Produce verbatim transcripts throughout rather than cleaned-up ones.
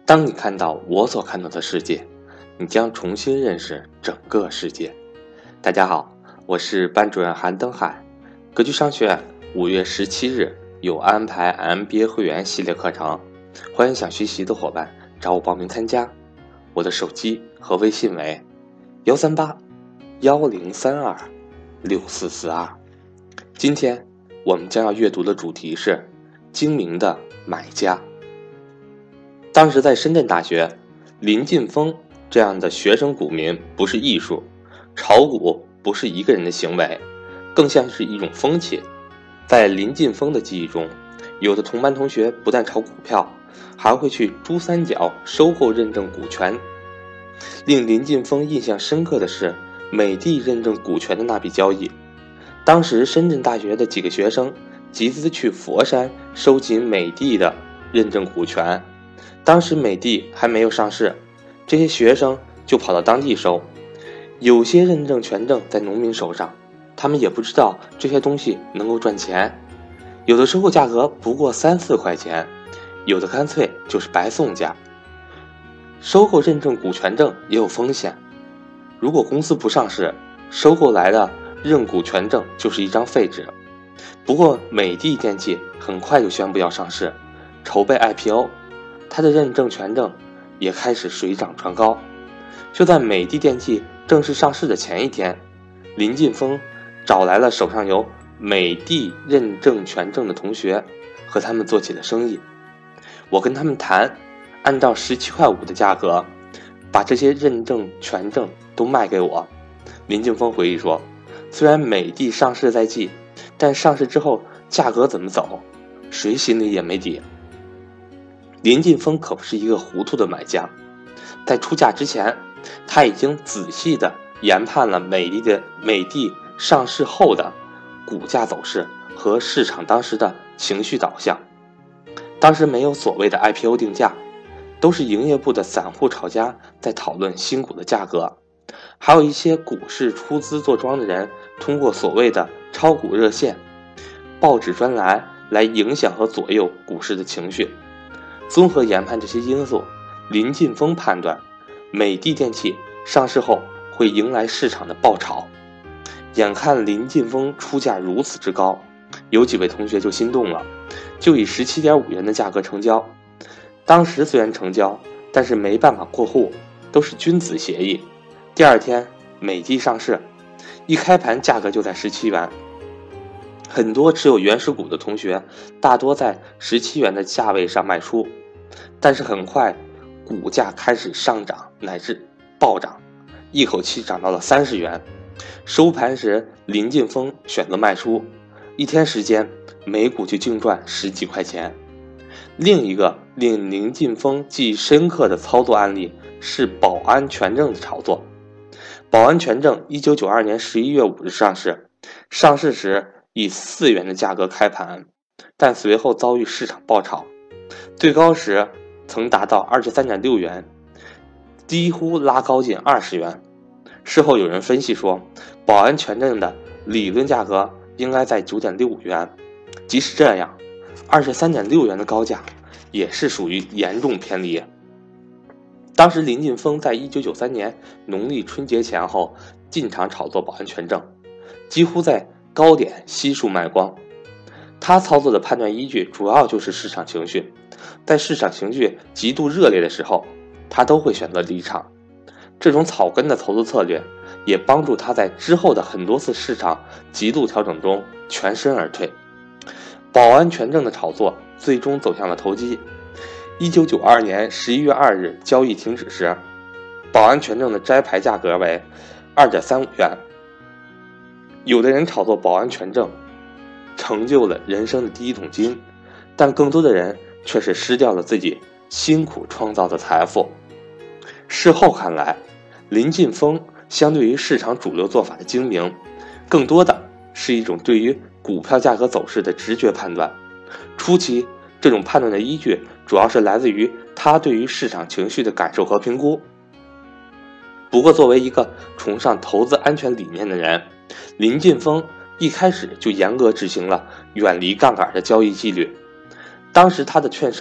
当你看到我所看到的世界，你将重新认识整个世界。大家好，我是班主任韩登海。格局商学院五月十七日有安排 M B A 会员系列课程，欢迎想学习的伙伴找我报名参加。我的手机和微信为幺三八幺零三二六四四二。今天我们将要阅读的主题是精明的买家。当时在深圳大学，林劲峰这样的学生股民不是艺术，炒股不是一个人的行为，更像是一种风气。在林劲峰的记忆中，有的同班同学不但炒股票，还会去珠三角收购认证股权。令林劲峰印象深刻的是美的认证股权的那笔交易。当时深圳大学的几个学生集资去佛山收集美的的认证股权，当时美的还没有上市，这些学生就跑到当地收。有些认证权证在农民手上，他们也不知道这些东西能够赚钱，有的收购价格不过三四块钱，有的干脆就是白送价。收购认证股权证也有风险，如果公司不上市，收购来的认股权证就是一张废纸。不过美的电器很快就宣布要上市，筹备 I P O， 它的认证权证也开始水涨船高。就在美的电器正式上市的前一天，林劲峰找来了手上有美的认证权证的同学，和他们做起了生意。我跟他们谈，按照十七块五的价格把这些认证权证都卖给我。林劲峰回忆说，虽然美的上市在即，但上市之后价格怎么走，谁心里也没底。林劲峰可不是一个糊涂的买家，在出价之前，他已经仔细地研判了美的的美的上市后的股价走势和市场当时的情绪导向。当时没有所谓的 I P O 定价，都是营业部的散户炒家在讨论新股的价格，还有一些股市出资做庄的人通过所谓的炒股热线、报纸专栏来影响和左右股市的情绪。综合研判这些因素，林劲峰判断美的电器上市后会迎来市场的爆炒。眼看林劲峰出价如此之高，有几位同学就心动了，就以 十七点五元的价格成交。当时虽然成交，但是没办法过户，都是君子协议。第二天美的上市，一开盘价格就在十七元。很多持有原始股的同学大多在十七元的价位上卖出，但是很快股价开始上涨乃至暴涨，一口气涨到了三十元。收盘时林劲峰选择卖出，一天时间每股就净赚十几块钱。另一个令林劲峰记忆深刻的操作案例是宝安权证的炒作。宝安权证一九九二年十一月五日上市，上市时以四元的价格开盘，但随后遭遇市场爆炒，最高时曾达到 二十三点六元，几乎拉高近二十元。事后有人分析说，宝安权证的理论价格应该在 九点六五元，即使这样 二十三点六元的高价也是属于严重偏离。当时林劲峰在一九九三年农历春节前后进场炒作宝安权证，几乎在高点悉数卖光。他操作的判断依据主要就是市场情绪，在市场情绪极度热烈的时候，他都会选择离场。这种草根的投资策略也帮助他在之后的很多次市场极度调整中全身而退。宝安权证的炒作最终走向了投机。一九九二年十一月二日交易停止时，宝安权证的摘牌价格为 二点三五元。有的人炒作宝安权证成就了人生的第一桶金，但更多的人却是失掉了自己辛苦创造的财富。事后看来，林劲峰相对于市场主流做法的精明，更多的是一种对于股票价格走势的直觉判断。初期这种判断的依据主要是来自于他对于市场情绪的感受和评估。不过作为一个崇尚投资安全理念的人，林劲峰一开始就严格执行了远离杠杆的交易纪律。当时他的券商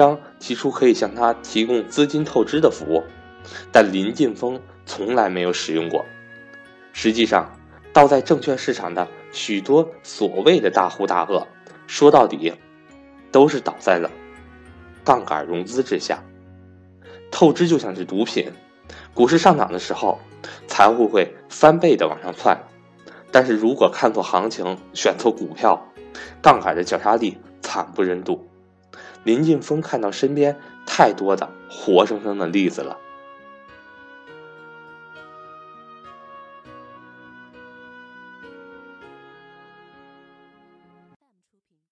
提出可以向他提供资金透支的服务，但林晋峰从来没有使用过。实际上，倒在证券市场的许多所谓的大户大鳄，说到底都是倒在了杠杆融资之下。透支就像是毒品，股市上涨的时候，财务会翻倍的往上窜，但是如果看错行情，选错股票，杠杆的绞杀力惨不忍睹。林晋峰看到身边太多的活生生的例子了。